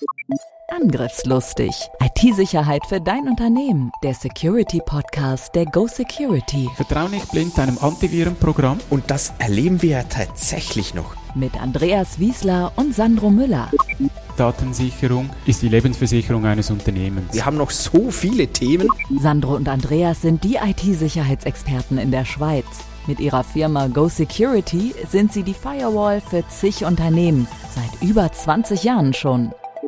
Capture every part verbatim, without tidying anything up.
Angriffslustig. I T-Sicherheit für dein Unternehmen. Der Security-Podcast der Go Security. Vertrau nicht blind deinem Antivirenprogramm. Und das erleben wir ja tatsächlich noch. Mit Andreas Wiesler und Sandro Müller. Datensicherung ist die Lebensversicherung eines Unternehmens. Wir haben noch so viele Themen. Sandro und Andreas sind die I T-Sicherheitsexperten in der Schweiz. Mit ihrer Firma Go Security sind sie die Firewall für zig Unternehmen. Seit über zwanzig Jahren schon.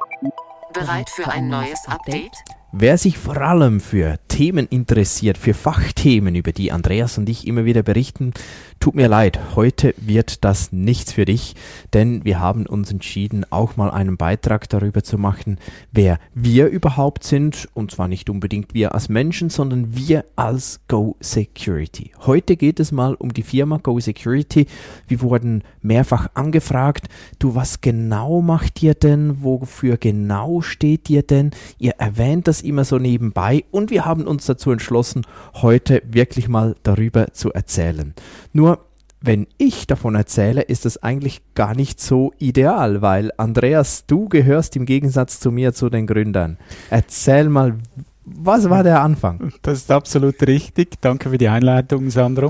Bereit für ein neues Update? Wer sich vor allem für Themen interessiert, für Fachthemen, über die Andreas und ich immer wieder berichten, tut mir leid, heute wird das nichts für dich, denn wir haben uns entschieden, auch mal einen Beitrag darüber zu machen, wer wir überhaupt sind, und zwar nicht unbedingt wir als Menschen, sondern wir als Go Security. Heute geht es mal um die Firma Go Security. Wir wurden mehrfach angefragt, du, was genau macht ihr denn, wofür genau steht ihr denn? Ihr erwähnt das immer so nebenbei und wir haben uns dazu entschlossen, heute wirklich mal darüber zu erzählen. Nur, wenn ich davon erzähle, ist das eigentlich gar nicht so ideal, weil Andreas, du gehörst im Gegensatz zu mir zu den Gründern. Erzähl mal, was war der Anfang? Das ist absolut richtig. Danke für die Einleitung, Sandro.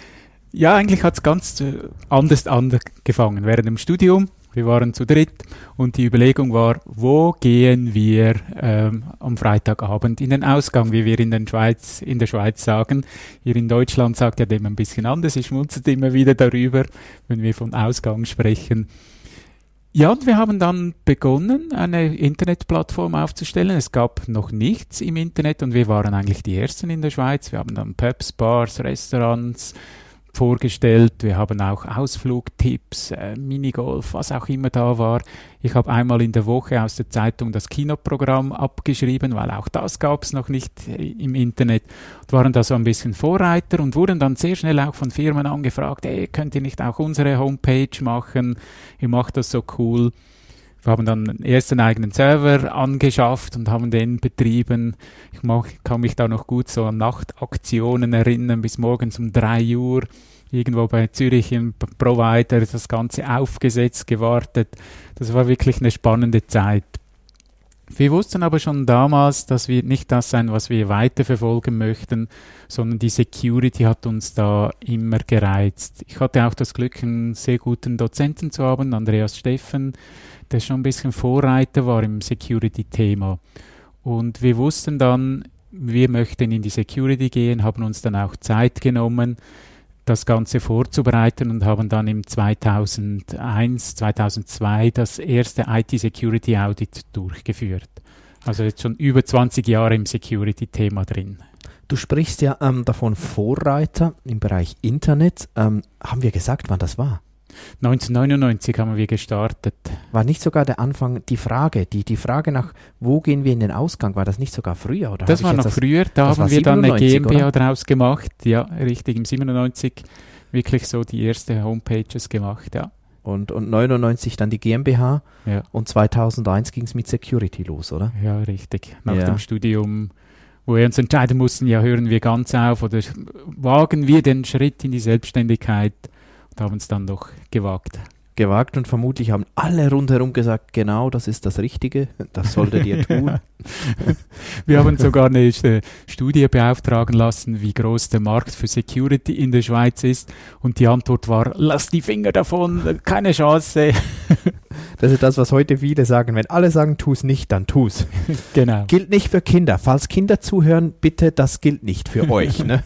Ja, eigentlich hat es ganz anders angefangen. Während dem Studium, wir waren zu dritt und die Überlegung war, wo gehen wir ähm, am Freitagabend in den Ausgang, wie wir in, den Schweiz, in der Schweiz sagen. Hier in Deutschland sagt ja dem ein bisschen anders. Ich schmunzelt immer wieder darüber, wenn wir von Ausgang sprechen. Ja, und wir haben dann begonnen, eine Internetplattform aufzustellen. Es gab noch nichts im Internet und wir waren eigentlich die Ersten in der Schweiz. Wir haben dann Pubs, Bars, Restaurants vorgestellt. Wir haben auch Ausflugtipps, äh, Minigolf, was auch immer da war. Ich habe einmal in der Woche aus der Zeitung das Kinoprogramm abgeschrieben, weil auch das gab es noch nicht äh, im Internet. Und waren da so ein bisschen Vorreiter und wurden dann sehr schnell auch von Firmen angefragt, hey, könnt ihr nicht auch unsere Homepage machen? Ihr macht das so cool. Wir haben dann erst einen eigenen Server angeschafft und haben den betrieben. Ich mach, kann mich da noch gut so an Nachtaktionen erinnern, bis morgens um drei Uhr irgendwo bei Zürich im Provider das Ganze aufgesetzt, gewartet. Das war wirklich eine spannende Zeit. Wir wussten aber schon damals, dass wir nicht das sein, was wir weiterverfolgen möchten, sondern die Security hat uns da immer gereizt. Ich hatte auch das Glück, einen sehr guten Dozenten zu haben, Andreas Steffen, der schon ein bisschen Vorreiter war im Security-Thema. Und wir wussten dann, wir möchten in die Security gehen, haben uns dann auch Zeit genommen, das Ganze vorzubereiten und haben dann im zweitausendeins, zweitausendzwei das erste I T-Security-Audit durchgeführt. Also jetzt schon über zwanzig Jahre im Security-Thema drin. Du sprichst ja ähm, davon Vorreiter im Bereich Internet. Ähm, haben wir gesagt, wann das war? neunzehnhundertneunundneunzig haben wir gestartet. War nicht sogar der Anfang die Frage, die, die Frage nach, wo gehen wir in den Ausgang, war das nicht sogar früher? Oder das war noch das, früher, da haben wir dann eine GmbH oder? draus gemacht. Ja, richtig, im siebenundneunzig wirklich so die erste Homepages gemacht, ja. Und, und neunundneunzig dann die GmbH ja. Und zweitausendeins ging es mit Security los, oder? Ja, richtig. Nach ja. dem Studium, wo wir uns entscheiden mussten, ja, hören wir ganz auf oder wagen wir den Schritt in die Selbstständigkeit. Und haben es dann doch gewagt. Gewagt und vermutlich haben alle rundherum gesagt, genau, das ist das Richtige, das solltet ihr tun. Wir haben sogar eine Studie beauftragen lassen, wie groß der Markt für Security in der Schweiz ist. Und die Antwort war, lass die Finger davon, keine Chance. Das ist das, was heute viele sagen. Wenn alle sagen, tu es nicht, dann tu es. Genau. Gilt nicht für Kinder. Falls Kinder zuhören, bitte, das gilt nicht für euch. Ne?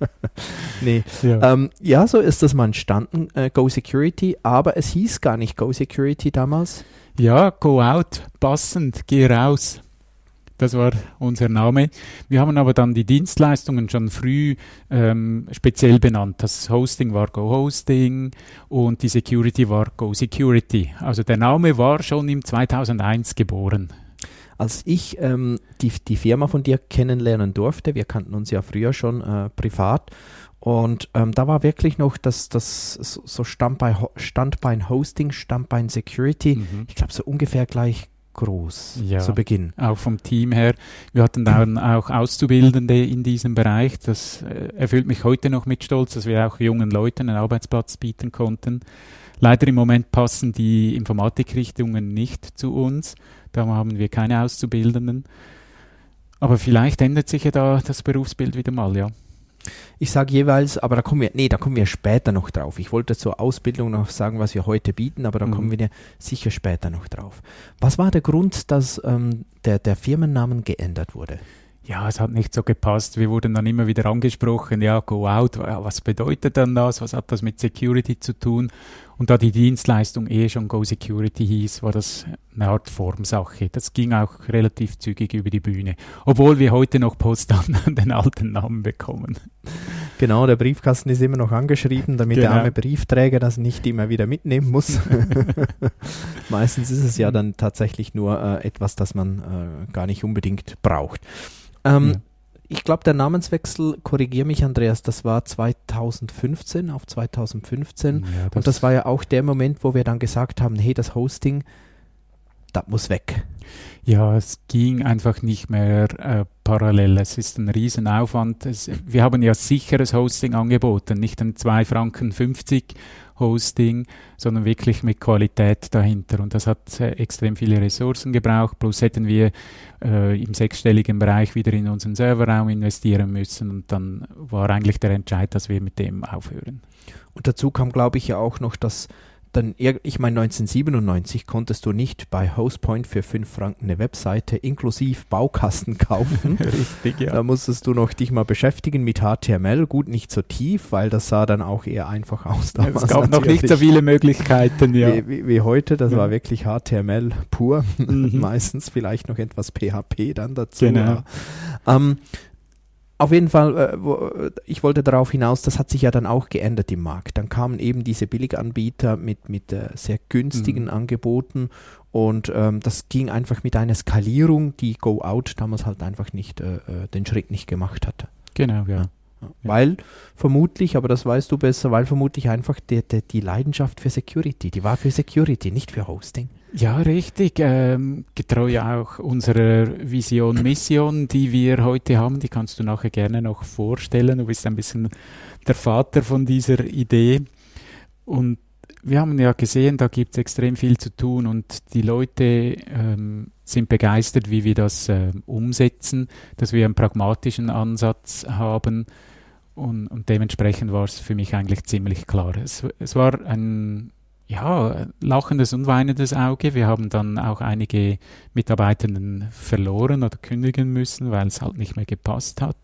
nee. Ja. Ähm, ja, so ist das mal entstanden, äh, Go Security. Aber es hieß gar nicht Go Security damals. Ja, Go Out, passend, geh raus. Das war unser Name. Wir haben aber dann die Dienstleistungen schon früh ähm, speziell benannt. Das Hosting war Go Hosting und die Security war Go Security. Also der Name war schon im zweitausendeins geboren. Als ich ähm, die, die Firma von dir kennenlernen durfte, wir kannten uns ja früher schon äh, privat, und ähm, da war wirklich noch das, das so Standbein, Standbein Hosting, Standbein Security, mhm. ich glaube so ungefähr gleich groß ja, zu Beginn. Auch vom Team her. Wir hatten dann auch Auszubildende in diesem Bereich. Das äh, erfüllt mich heute noch mit Stolz, dass wir auch jungen Leuten einen Arbeitsplatz bieten konnten. Leider im Moment passen die Informatikrichtungen nicht zu uns. Da haben wir keine Auszubildenden. Aber vielleicht ändert sich ja da das Berufsbild wieder mal, ja. Ich sage jeweils, aber da kommen wir, nee, da kommen wir später noch drauf. Ich wollte zur Ausbildung noch sagen, was wir heute bieten, aber da mhm. kommen wir sicher später noch drauf. Was war der Grund, dass ähm, der, der Firmennamen geändert wurde? Ja, es hat nicht so gepasst. Wir wurden dann immer wieder angesprochen, ja, Go Out, was bedeutet dann das? Was hat das mit Security zu tun? Und da die Dienstleistung eh schon Go Security hieß, war das eine Art Formsache. Das ging auch relativ zügig über die Bühne, obwohl wir heute noch Post an den alten Namen bekommen. Genau, der Briefkasten ist immer noch angeschrieben, damit genau. der arme Briefträger das nicht immer wieder mitnehmen muss. Meistens ist es ja dann tatsächlich nur äh, etwas, das man äh, gar nicht unbedingt braucht. Ähm, ja. Ich glaube, der Namenswechsel, korrigiere mich Andreas, das war zweitausendfünfzehn auf zweitausendfünfzehn ja, das und das war ja auch der Moment, wo wir dann gesagt haben, hey, das Hosting, das muss weg. Ja, es ging einfach nicht mehr äh, parallel. Es ist ein Riesenaufwand. Es, wir haben ja sicheres Hosting angeboten, nicht ein zwei Franken fünfzig Hosting, sondern wirklich mit Qualität dahinter. Und das hat äh, extrem viele Ressourcen gebraucht. Plus hätten wir äh, im sechsstelligen Bereich wieder in unseren Serverraum investieren müssen. Und dann war eigentlich der Entscheid, dass wir mit dem aufhören. Und dazu kam, glaube ich, ja auch noch, dass dann, ich meine, neunzehnhundertsiebenundneunzig konntest du nicht bei Hostpoint für fünf Franken eine Webseite inklusive Baukasten kaufen. Richtig, ja. Da musstest du noch dich mal beschäftigen mit H T M L. Gut, nicht so tief, weil das sah dann auch eher einfach aus. Es gab noch nicht so viele Möglichkeiten, ja. Wie, wie, wie heute, das ja. war wirklich H T M L pur. Mhm. Meistens vielleicht noch etwas P H P dann dazu. Genau. Ja. Ähm, Auf jeden Fall, äh, wo, ich wollte darauf hinaus, das hat sich ja dann auch geändert im Markt. Dann kamen eben diese Billiganbieter mit, mit äh, sehr günstigen mhm. Angeboten und ähm, das ging einfach mit einer Skalierung, die Go Out damals halt einfach nicht äh, den Schritt nicht gemacht hatte. Genau, ja. ja. Weil vermutlich, aber das weißt du besser, weil vermutlich einfach die, die, die Leidenschaft für Security, die war für Security, nicht für Hosting. Ja, richtig. Ähm, getreu auch unserer Vision, Mission, die wir heute haben, die kannst du nachher gerne noch vorstellen. Du bist ein bisschen der Vater von dieser Idee. Und wir haben ja gesehen, da gibt es extrem viel zu tun und die Leute ähm, sind begeistert, wie wir das äh, umsetzen, dass wir einen pragmatischen Ansatz haben. Und, und dementsprechend war es für mich eigentlich ziemlich klar. Es, es war ein ja, lachendes und weinendes Auge. Wir haben dann auch einige Mitarbeitenden verloren oder kündigen müssen, weil es halt nicht mehr gepasst hat.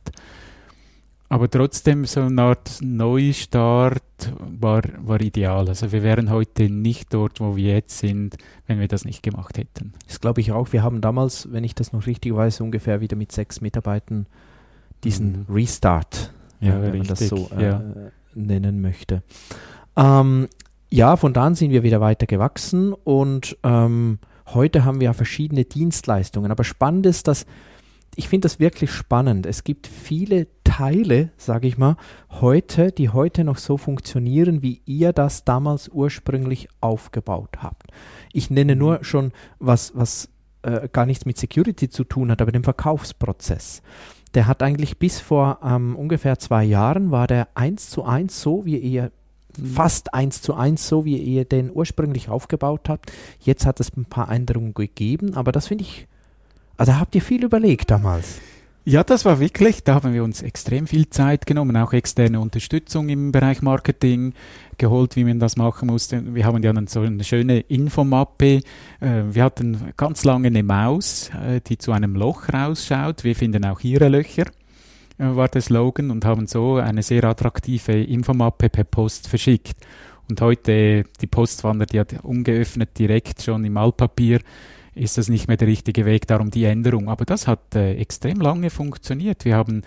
Aber trotzdem so eine Art Neustart war, war ideal. Also wir wären heute nicht dort, wo wir jetzt sind, wenn wir das nicht gemacht hätten. Das glaube ich auch. Wir haben damals, wenn ich das noch richtig weiß, ungefähr wieder mit sechs Mitarbeitern diesen mhm. Restart, ja, wenn richtig, man das so äh, ja. nennen möchte. Ähm, ja, von da an sind wir wieder weiter gewachsen und ähm, heute haben wir ja verschiedene Dienstleistungen. Aber spannend ist, dass ich finde das wirklich spannend. Es gibt viele Teile, sage ich mal, heute, die heute noch so funktionieren, wie ihr das damals ursprünglich aufgebaut habt. Ich nenne nur schon, was, was äh, gar nichts mit Security zu tun hat, aber den Verkaufsprozess. Der hat eigentlich bis vor ähm, ungefähr zwei Jahren, war der eins zu eins so, wie ihr fast eins zu eins so, wie ihr den ursprünglich aufgebaut habt. Jetzt hat es ein paar Änderungen gegeben, aber das finde ich, also habt ihr viel überlegt damals? Ja, das war wirklich, da haben wir uns extrem viel Zeit genommen, auch externe Unterstützung im Bereich Marketing geholt, wie man das machen musste. Wir haben ja dann so eine schöne Infomappe. Äh, wir hatten ganz lange eine Maus, äh, die zu einem Loch rausschaut. Wir finden auch Ihre Löcher, äh, war der Slogan, und haben so eine sehr attraktive Infomappe per Post verschickt. Und heute, die Post wandert ja ungeöffnet direkt schon im Altpapier, ist das nicht mehr der richtige Weg, darum die Änderung. Aber das hat äh, extrem lange funktioniert. Wir haben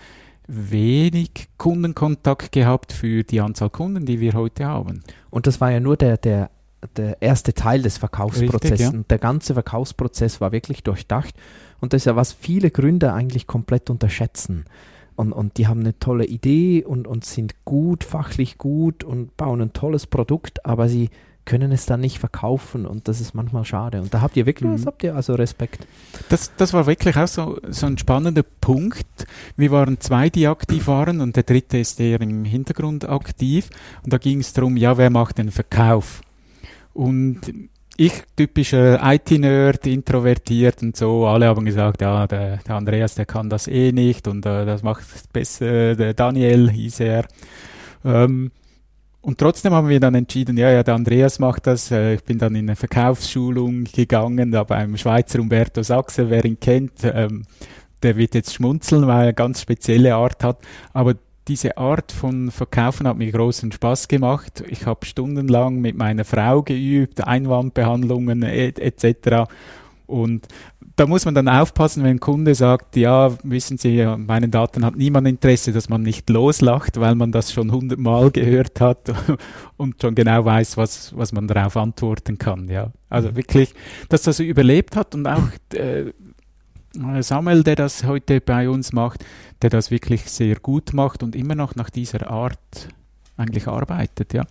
wenig Kundenkontakt gehabt für die Anzahl Kunden, die wir heute haben. Und das war ja nur der, der, der erste Teil des Verkaufsprozesses. Richtig, ja. Und der ganze Verkaufsprozess war wirklich durchdacht. Und das ist ja, was viele Gründer eigentlich komplett unterschätzen. Und, und die haben eine tolle Idee und, und sind gut, fachlich gut und bauen ein tolles Produkt, aber sie können es dann nicht verkaufen und das ist manchmal schade. Und da habt ihr wirklich, mhm. das habt ihr also Respekt. Das, das war wirklich auch so, so ein spannender Punkt. Wir waren zwei, die aktiv waren, und der dritte ist eher im Hintergrund aktiv. Und da ging es darum, ja, wer macht den Verkauf? Und ich, typischer I T-Nerd, introvertiert und so, alle haben gesagt, ja, der, der Andreas, der kann das eh nicht und äh, das macht besser, der Daniel hieß er. Ähm, und trotzdem haben wir dann entschieden, ja, ja, der Andreas macht das. Äh, ich bin dann in eine Verkaufsschulung gegangen, da beim Schweizer Umberto Sachse, wer ihn kennt, ähm, der wird jetzt schmunzeln, weil er eine ganz spezielle Art hat, aber diese Art von Verkaufen hat mir großen Spaß gemacht. Ich habe stundenlang mit meiner Frau geübt, Einwandbehandlungen et cetera. Und da muss man dann aufpassen, wenn ein Kunde sagt, ja, wissen Sie, an meinen Daten hat niemand Interesse, dass man nicht loslacht, weil man das schon hundertmal gehört hat und schon genau weiß, was, was man darauf antworten kann. Ja, also wirklich, dass das überlebt hat und auch äh, Samuel, der das heute bei uns macht, der das wirklich sehr gut macht und immer noch nach dieser Art eigentlich arbeitet, ja.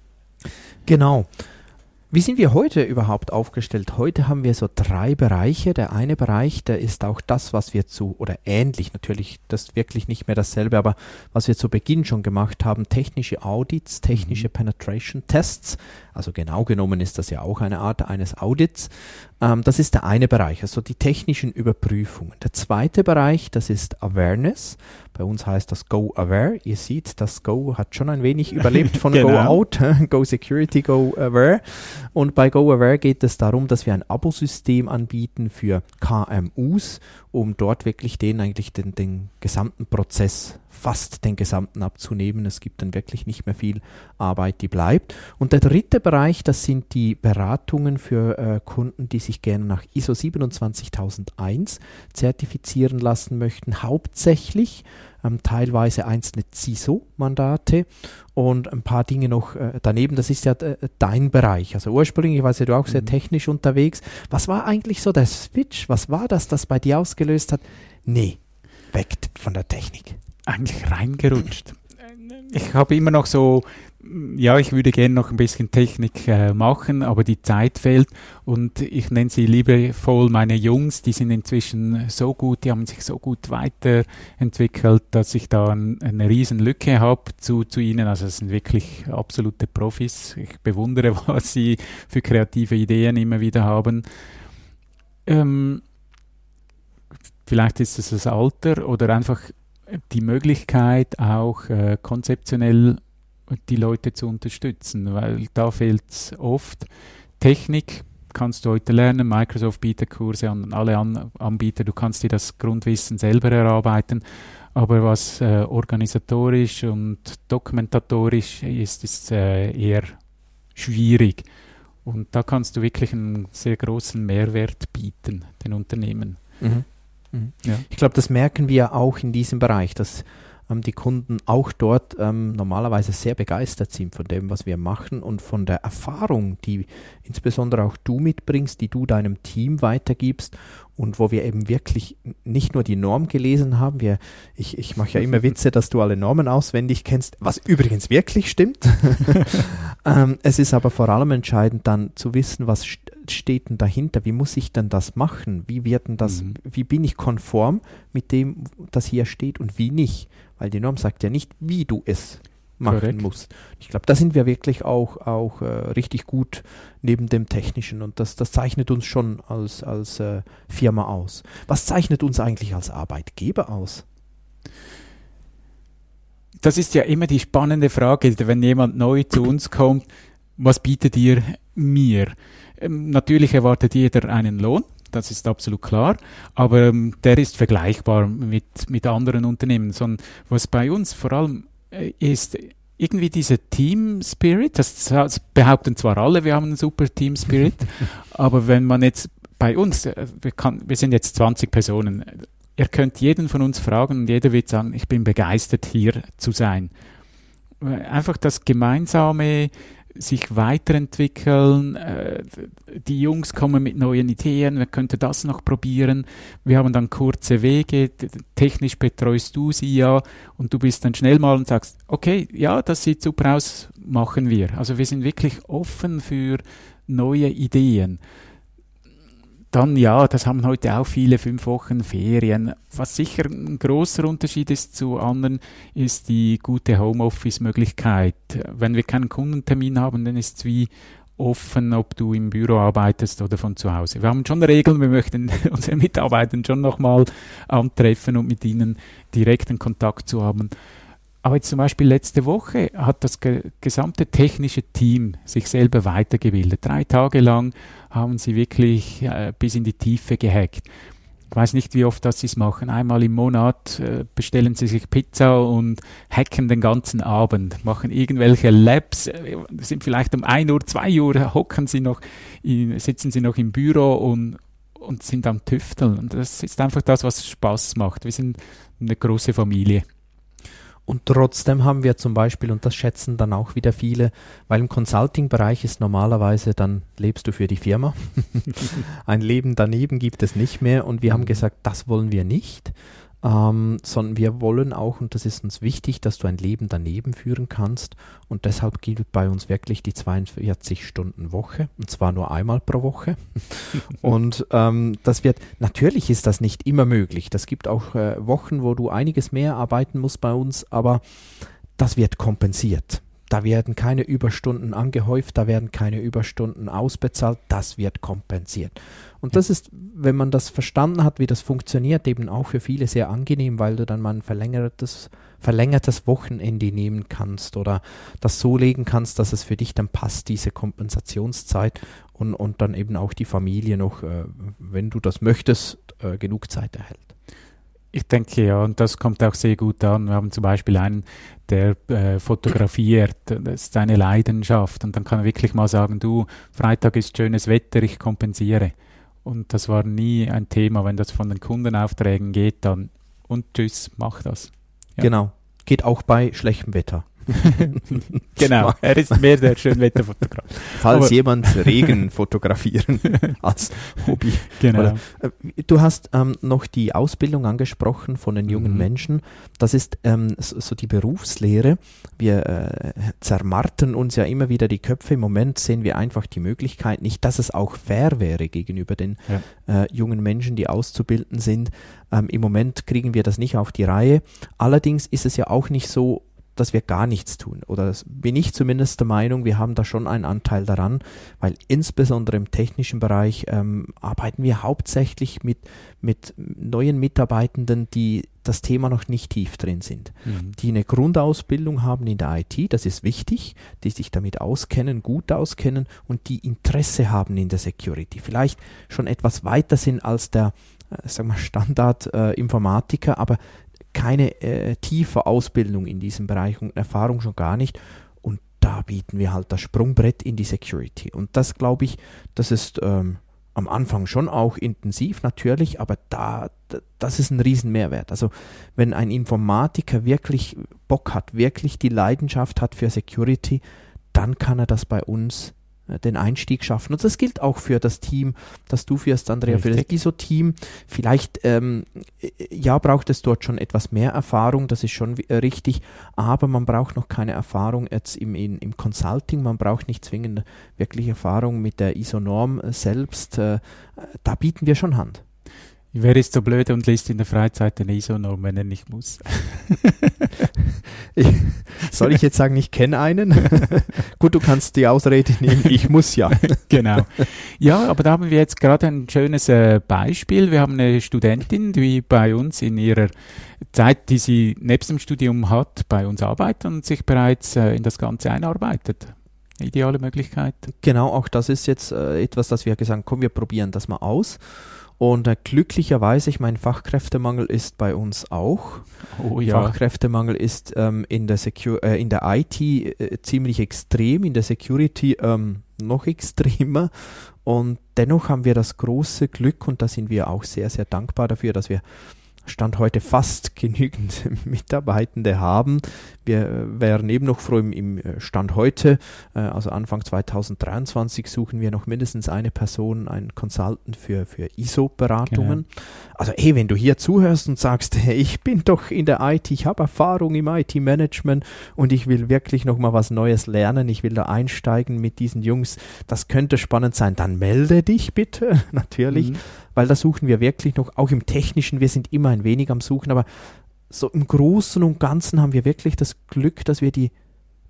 Genau. Wie sind wir heute überhaupt aufgestellt? Heute haben wir so drei Bereiche. Der eine Bereich, der ist auch das, was wir zu, oder ähnlich natürlich, das ist wirklich nicht mehr dasselbe, aber was wir zu Beginn schon gemacht haben, technische Audits, technische mhm. Penetration Tests. Also genau genommen ist das ja auch eine Art eines Audits. Ähm, das ist der eine Bereich, also die technischen Überprüfungen. Der zweite Bereich, das ist Awareness. Bei uns heißt das Go Aware. Ihr seht, das Go hat schon ein wenig überlebt von genau. Go Out, Go Security, Go Aware. Und bei Go Aware geht es darum, dass wir ein Abosystem anbieten für K M Us, um dort wirklich den eigentlich den, den gesamten Prozess, fast den gesamten abzunehmen. Es gibt dann wirklich nicht mehr viel Arbeit, die bleibt. Und der dritte Bereich, das sind die Beratungen für äh, Kunden, die sich gerne nach I S O siebenundzwanzigtausendeins zertifizieren lassen möchten, hauptsächlich ähm, teilweise einzelne C I S O-Mandate und ein paar Dinge noch äh, daneben. Das ist ja äh, dein Bereich. Also ursprünglich warst ja du auch sehr mhm. technisch unterwegs. Was war eigentlich so der Switch? Was war das, das bei dir ausgelöst hat? Nee, weg von der Technik. Eigentlich reingerutscht. Ich habe immer noch so, ja, ich würde gerne noch ein bisschen Technik äh, machen, aber die Zeit fehlt und ich nenne sie liebevoll meine Jungs, die sind inzwischen so gut, die haben sich so gut weiterentwickelt, dass ich da ein, eine riesen Lücke habe zu, zu ihnen. Also es sind wirklich absolute Profis. Ich bewundere, was sie für kreative Ideen immer wieder haben. Ähm, vielleicht ist es das Alter oder einfach die Möglichkeit, auch äh, konzeptionell die Leute zu unterstützen, weil da fehlt es oft. Technik kannst du heute lernen, Microsoft bietet Kurse und alle An- Anbieter, du kannst dir das Grundwissen selber erarbeiten, aber was äh, organisatorisch und dokumentatorisch ist, ist äh, eher schwierig. Und da kannst du wirklich einen sehr großen Mehrwert bieten, den Unternehmen. Mhm. Mhm. Ja. Ich glaube, das merken wir auch in diesem Bereich, dass ähm, die Kunden auch dort ähm, normalerweise sehr begeistert sind von dem, was wir machen und von der Erfahrung, die insbesondere auch du mitbringst, die du deinem Team weitergibst und wo wir eben wirklich nicht nur die Norm gelesen haben. Wir, ich, ich mache ja immer Witze, dass du alle Normen auswendig kennst, was übrigens wirklich stimmt. ähm, es ist aber vor allem entscheidend dann zu wissen, was st- steht denn dahinter? Wie muss ich denn das machen? Wie wird denn das, mhm. wie bin ich konform mit dem, das hier steht und wie nicht? Weil die Norm sagt ja nicht, wie du es machen Correct. musst. Ich glaube, da sind wir wirklich auch, auch äh, richtig gut neben dem Technischen und das, das zeichnet uns schon als, als äh, Firma aus. Was zeichnet uns eigentlich als Arbeitgeber aus? Das ist ja immer die spannende Frage, wenn jemand neu zu uns kommt, was bietet ihr mir? Ähm, natürlich erwartet jeder einen Lohn, das ist absolut klar, aber ähm, der ist vergleichbar mit, mit anderen Unternehmen. Sondern was bei uns vor allem äh, ist, irgendwie dieser Team Spirit, das, das behaupten zwar alle, wir haben einen super Team Spirit, aber wenn man jetzt bei uns, äh, wir, kann, wir sind jetzt zwanzig Personen, ihr könnt jeden von uns fragen und jeder wird sagen, ich bin begeistert hier zu sein. Einfach das gemeinsame sich weiterentwickeln, äh, die Jungs kommen mit neuen Ideen, wir könnten das noch probieren, wir haben dann kurze Wege, technisch betreust du sie ja und du bist dann schnell mal und sagst, okay, ja, das sieht super aus, machen wir. Also wir sind wirklich offen für neue Ideen. Dann ja, das haben heute auch viele, fünf Wochen Ferien. Was sicher ein großer Unterschied ist zu anderen, ist die gute Homeoffice-Möglichkeit. Wenn wir keinen Kundentermin haben, dann ist es wie offen, ob du im Büro arbeitest oder von zu Hause. Wir haben schon Regeln, wir möchten unsere Mitarbeiter schon nochmal antreffen und mit ihnen direkten Kontakt zu haben. Aber jetzt zum Beispiel letzte Woche hat das ge- gesamte technische Team sich selber weitergebildet. Drei Tage lang haben sie wirklich äh, bis in die Tiefe gehackt. Ich weiß nicht, wie oft das sie es machen. Einmal im Monat äh, bestellen sie sich Pizza und hacken den ganzen Abend, machen irgendwelche Labs, äh, sind vielleicht um ein Uhr, zwei Uhr, hocken sie noch, in, sitzen sie noch im Büro und, und sind am Tüfteln. Und das ist einfach das, was Spaß macht. Wir sind eine große Familie. Und trotzdem haben wir zum Beispiel, und das schätzen dann auch wieder viele, weil im Consulting-Bereich ist normalerweise, dann lebst du für die Firma. Ein Leben daneben gibt es nicht mehr und wir haben gesagt, das wollen wir nicht, ähm, sondern wir wollen auch, und das ist uns wichtig, dass du ein Leben daneben führen kannst und deshalb gilt bei uns wirklich die zweiundvierzig Stunden Woche und zwar nur einmal pro Woche und ähm, das wird, natürlich ist das nicht immer möglich, das gibt auch äh, Wochen, wo du einiges mehr arbeiten musst bei uns, aber das wird kompensiert. Da werden keine Überstunden angehäuft, da werden keine Überstunden ausbezahlt, das wird kompensiert. Und das ist, wenn man das verstanden hat, wie das funktioniert, eben auch für viele sehr angenehm, weil du dann mal ein verlängertes, verlängertes Wochenende nehmen kannst oder das so legen kannst, dass es für dich dann passt, diese Kompensationszeit und, und dann eben auch die Familie noch, äh, wenn du das möchtest, äh, genug Zeit erhält. Ich denke ja, und das kommt auch sehr gut an. Wir haben zum Beispiel einen, der äh, fotografiert, das ist seine Leidenschaft und dann kann er wirklich mal sagen, du, Freitag ist schönes Wetter, ich kompensiere. Und das war nie ein Thema, wenn das von den Kundenaufträgen geht, dann und tschüss, mach das. Ja. Genau, geht auch bei schlechtem Wetter. Genau, er ist mehr der Schönwetterfotograf. Falls Aber jemand Regen fotografieren als Hobby. Genau. Oder, äh, du hast ähm, noch die Ausbildung angesprochen von den jungen Mhm. Menschen. Das ist ähm, so, so die Berufslehre. Wir äh, zermartern uns ja immer wieder die Köpfe. Im Moment sehen wir einfach die Möglichkeit nicht, dass es auch fair wäre gegenüber den Ja. äh, jungen Menschen, die auszubilden sind. Ähm, Im Moment kriegen wir das nicht auf die Reihe. Allerdings ist es ja auch nicht so, dass wir gar nichts tun. Oder das bin ich zumindest der Meinung, wir haben da schon einen Anteil daran, weil insbesondere im technischen Bereich ähm, arbeiten wir hauptsächlich mit, mit neuen Mitarbeitenden, die das Thema noch nicht tief drin sind. Mhm. Die eine Grundausbildung haben in der I T, das ist wichtig, die sich damit auskennen, gut auskennen und die Interesse haben in der Security. Vielleicht schon etwas weiter sind als der äh, sagen wir Standard-Informatiker, äh, aber keine äh, tiefe Ausbildung in diesem Bereich und Erfahrung schon gar nicht. Und da bieten wir halt das Sprungbrett in die Security. Und das glaube ich, das ist ähm, am Anfang schon auch intensiv natürlich, aber da, da das ist ein Riesenmehrwert. Also wenn ein Informatiker wirklich Bock hat, wirklich die Leidenschaft hat für Security, dann kann er das bei uns den Einstieg schaffen. Und das gilt auch für das Team, das du führst, Andrea, Richtig. für das I S O-Team. Vielleicht, ähm, ja, braucht es dort schon etwas mehr Erfahrung, das ist schon äh, richtig, aber man braucht noch keine Erfahrung jetzt im, in, im Consulting, man braucht nicht zwingend wirklich Erfahrung mit der I S O-Norm selbst. Äh, da bieten wir schon Hand. Wer ist so blöd und liest in der Freizeit eine I S O-Norm, wenn er nicht muss? Ich, soll ich jetzt sagen, ich kenne einen? Gut, du kannst die Ausrede nehmen, ich muss ja. Genau. Ja, aber da haben wir jetzt gerade ein schönes äh, Beispiel. Wir haben eine Studentin, die bei uns in ihrer Zeit, die sie nebst dem Studium hat, bei uns arbeitet und sich bereits äh, in das Ganze einarbeitet. Ideale Möglichkeit. Genau, auch das ist jetzt äh, etwas, das wir gesagt haben, komm, wir probieren das mal aus. Und äh, glücklicherweise, ich meine, Fachkräftemangel ist bei uns auch. Oh ja. Fachkräftemangel ist ähm, in, der Secu- äh, in der I T äh, ziemlich extrem, in der Security ähm, noch extremer. Und dennoch haben wir das große Glück, und da sind wir auch sehr, sehr dankbar dafür, dass wir Stand heute fast genügend Mitarbeitende haben. Wir wären eben noch froh im, im Stand heute, äh, also Anfang zweitausenddreiundzwanzig, suchen wir noch mindestens eine Person, einen Consultant für, für I S O-Beratungen. Genau. Also hey, wenn du hier zuhörst und sagst, hey, ich bin doch in der I T, ich habe Erfahrung im I T-Management und ich will wirklich noch mal was Neues lernen, ich will da einsteigen mit diesen Jungs, das könnte spannend sein, dann melde dich bitte, natürlich. Mhm. Weil da suchen wir wirklich noch, auch im Technischen, wir sind immer ein wenig am Suchen, aber so im Großen und Ganzen haben wir wirklich das Glück, dass wir die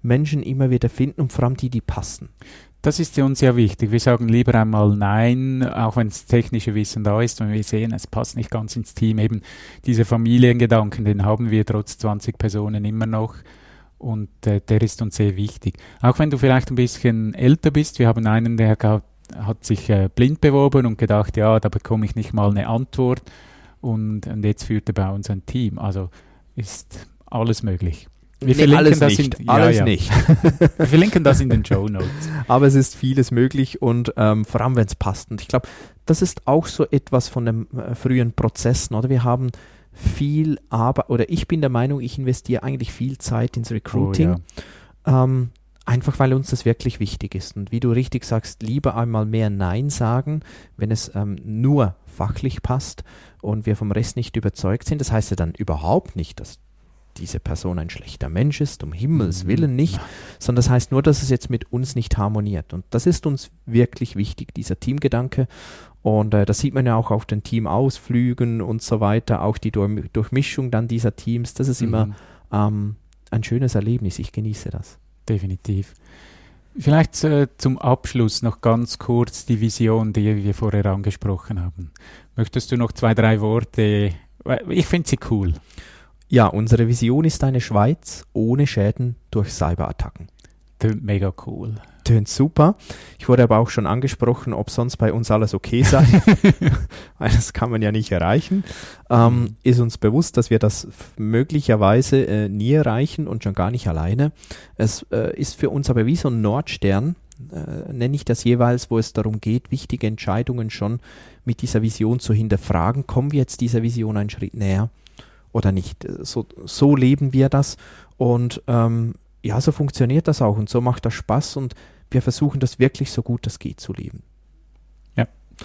Menschen immer wieder finden und vor allem die, die passen. Das ist ja uns sehr wichtig. Wir sagen lieber einmal Nein, auch wenn das technische Wissen da ist, wenn wir sehen, es passt nicht ganz ins Team. Eben dieser Familiengedanken, den haben wir trotz zwanzig Personen immer noch und äh, der ist uns sehr wichtig. Auch wenn du vielleicht ein bisschen älter bist, wir haben einen, der hat, hat sich äh, blind beworben und gedacht, ja, da bekomme ich nicht mal eine Antwort und, und jetzt führt er bei uns ein Team. Also ist alles möglich. Wir nee, verlinken alles das nicht, in, ja, alles ja. nicht. Wir verlinken das in den Shownotes. Aber es ist vieles möglich und ähm, vor allem, wenn es passt. Und ich glaube, das ist auch so etwas von den äh, frühen Prozessen, oder? Wir haben viel Arbeit, oder ich bin der Meinung, ich investiere eigentlich viel Zeit ins Recruiting, Oh, ja. ähm, einfach weil uns das wirklich wichtig ist. Und wie du richtig sagst, lieber einmal mehr Nein sagen, wenn es ähm, nur fachlich passt und wir vom Rest nicht überzeugt sind. Das heißt ja dann überhaupt nicht, dass diese Person ein schlechter Mensch ist, um Himmels Willen nicht, sondern das heißt nur, dass es jetzt mit uns nicht harmoniert. Und das ist uns wirklich wichtig, dieser Teamgedanke. Und äh, das sieht man ja auch auf den Teamausflügen und so weiter, auch die Durch- Durchmischung dann dieser Teams. Das ist Mhm. immer ähm, ein schönes Erlebnis. Ich genieße das. Definitiv. Vielleicht äh, zum Abschluss noch ganz kurz die Vision, die wir vorher angesprochen haben. Möchtest du noch zwei, drei Worte? Ich finde sie cool. Ja, unsere Vision ist eine Schweiz ohne Schäden durch Cyberattacken. Tönt mega cool. Tönt super. Ich wurde aber auch schon angesprochen, ob sonst bei uns alles okay sei. Das kann man ja nicht erreichen. Ähm, ist uns bewusst, dass wir das f- möglicherweise äh, nie erreichen und schon gar nicht alleine. Es äh, ist für uns aber wie so ein Nordstern, äh, nenne ich das jeweils, wo es darum geht, wichtige Entscheidungen schon mit dieser Vision zu hinterfragen. Kommen wir jetzt dieser Vision einen Schritt näher oder nicht? So, so leben wir das und ähm, ja, so funktioniert das auch und so macht das Spaß und wir versuchen das wirklich so gut das geht zu leben. Ja.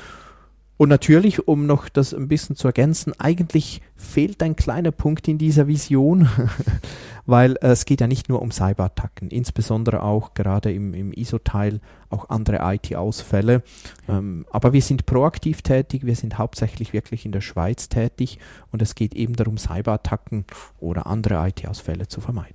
Und natürlich, um noch das ein bisschen zu ergänzen, eigentlich fehlt ein kleiner Punkt in dieser Vision, weil äh, es geht ja nicht nur um Cyberattacken, insbesondere auch gerade im, im I S O-Teil auch andere I T-Ausfälle. Ähm, aber wir sind proaktiv tätig, wir sind hauptsächlich wirklich in der Schweiz tätig und es geht eben darum, Cyberattacken oder andere I T-Ausfälle zu vermeiden.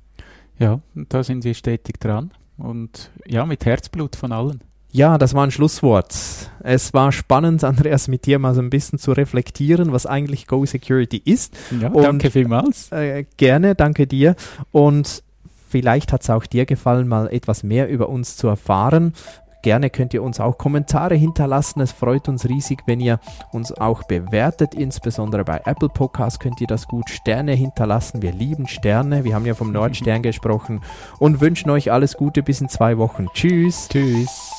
Ja, und da sind wir stetig dran und ja, mit Herzblut von allen. Ja, das war ein Schlusswort. Es war spannend, Andreas, mit dir mal so ein bisschen zu reflektieren, was eigentlich Go Security ist. Ja, Und, danke vielmals. Äh, gerne, danke dir. Und vielleicht hat es auch dir gefallen, mal etwas mehr über uns zu erfahren. Gerne könnt ihr uns auch Kommentare hinterlassen. Es freut uns riesig, wenn ihr uns auch bewertet. Insbesondere bei Apple Podcasts könnt ihr das gut. Sterne hinterlassen. Wir lieben Sterne. Wir haben ja vom Nordstern gesprochen und wünschen euch alles Gute bis in zwei Wochen. Tschüss. Tschüss.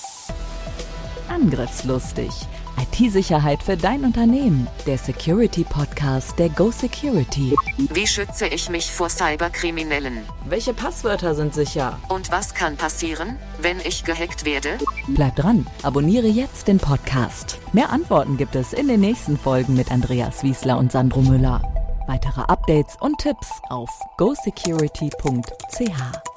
Angriffslustig. I T-Sicherheit für dein Unternehmen. Der Security-Podcast der Go Security. Wie schütze ich mich vor Cyberkriminellen? Welche Passwörter sind sicher? Und was kann passieren, wenn ich gehackt werde? Bleib dran, abonniere jetzt den Podcast. Mehr Antworten gibt es in den nächsten Folgen mit Andreas Wiesler und Sandro Müller. Weitere Updates und Tipps auf go security punkt c h.